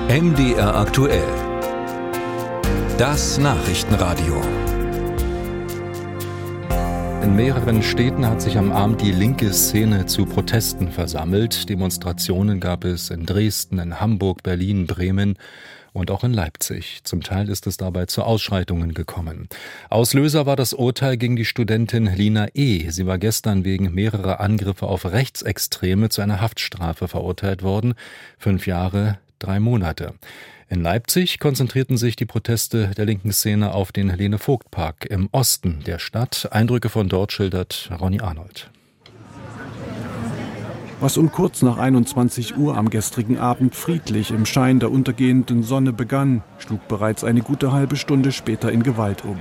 MDR aktuell. Das Nachrichtenradio. In mehreren Städten hat sich am Abend die linke Szene zu Protesten versammelt. Demonstrationen gab es in Dresden, in Hamburg, Berlin, Bremen und auch in Leipzig. Zum Teil ist es dabei zu Ausschreitungen gekommen. Auslöser war das Urteil gegen die Studentin Lina E. Sie war gestern wegen mehrerer Angriffe auf Rechtsextreme zu einer Haftstrafe verurteilt worden. 5 Jahre, 3 Monate. In Leipzig konzentrierten sich die Proteste der linken Szene auf den Lene-Vogt-Park im Osten der Stadt. Eindrücke von dort schildert Ronny Arnold. Was um kurz nach 21 Uhr am gestrigen Abend friedlich im Schein der untergehenden Sonne begann, schlug bereits eine gute halbe Stunde später in Gewalt um.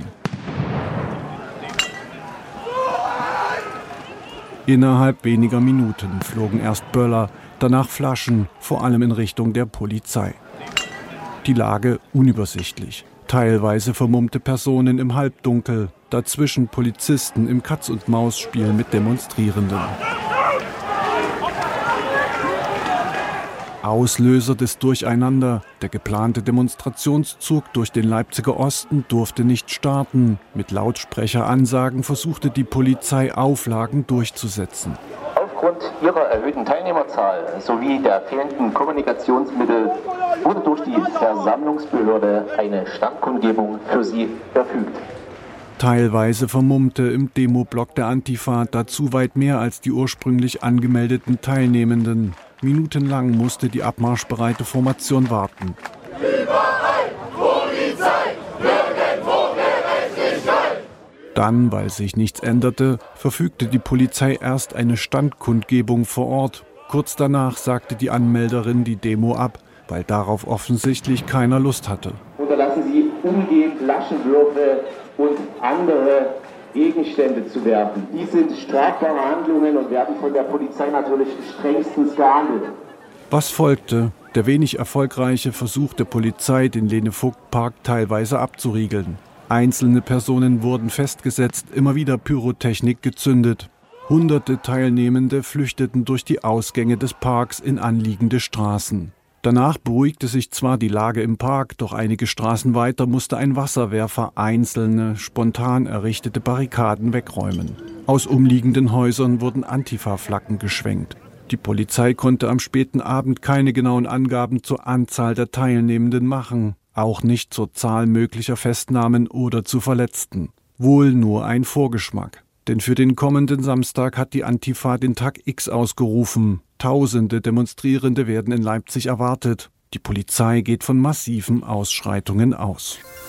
Innerhalb weniger Minuten flogen erst Böller, danach Flaschen, vor allem in Richtung der Polizei. Die Lage unübersichtlich. Teilweise vermummte Personen im Halbdunkel, dazwischen Polizisten im Katz-und-Maus-Spiel mit Demonstrierenden. Auslöser des Durcheinander: der geplante Demonstrationszug durch den Leipziger Osten durfte nicht starten. Mit Lautsprecheransagen versuchte die Polizei, Auflagen durchzusetzen. Aufgrund ihrer erhöhten Teilnehmerzahl sowie der fehlenden Kommunikationsmittel wurde durch die Versammlungsbehörde eine Standkundgebung für sie verfügt. Teilweise Vermummte im Demoblock der Antifa, dazu weit mehr als die ursprünglich angemeldeten Teilnehmenden. Minutenlang musste die abmarschbereite Formation warten. Überall Polizei, nirgendwo Gerechtigkeit. Dann, weil sich nichts änderte, verfügte die Polizei erst eine Standkundgebung vor Ort. Kurz danach sagte die Anmelderin die Demo ab, weil darauf offensichtlich keiner Lust hatte. Unterlassen Sie umgehend Flaschenwürfe und andere Gegenstände zu werfen. Dies sind strafbare Handlungen und werden von der Polizei natürlich strengstens geahndet. Was folgte? Der wenig erfolgreiche Versuch der Polizei, den Lene-Vogt-Park teilweise abzuriegeln. Einzelne Personen wurden festgesetzt, immer wieder Pyrotechnik gezündet. Hunderte Teilnehmende flüchteten durch die Ausgänge des Parks in anliegende Straßen. Danach beruhigte sich zwar die Lage im Park, doch einige Straßen weiter musste ein Wasserwerfer einzelne, spontan errichtete Barrikaden wegräumen. Aus umliegenden Häusern wurden Antifa-Flaggen geschwenkt. Die Polizei konnte am späten Abend keine genauen Angaben zur Anzahl der Teilnehmenden machen, auch nicht zur Zahl möglicher Festnahmen oder zu Verletzten. Wohl nur ein Vorgeschmack. Denn für den kommenden Samstag hat die Antifa den Tag X ausgerufen. Tausende Demonstrierende werden in Leipzig erwartet. Die Polizei geht von massiven Ausschreitungen aus.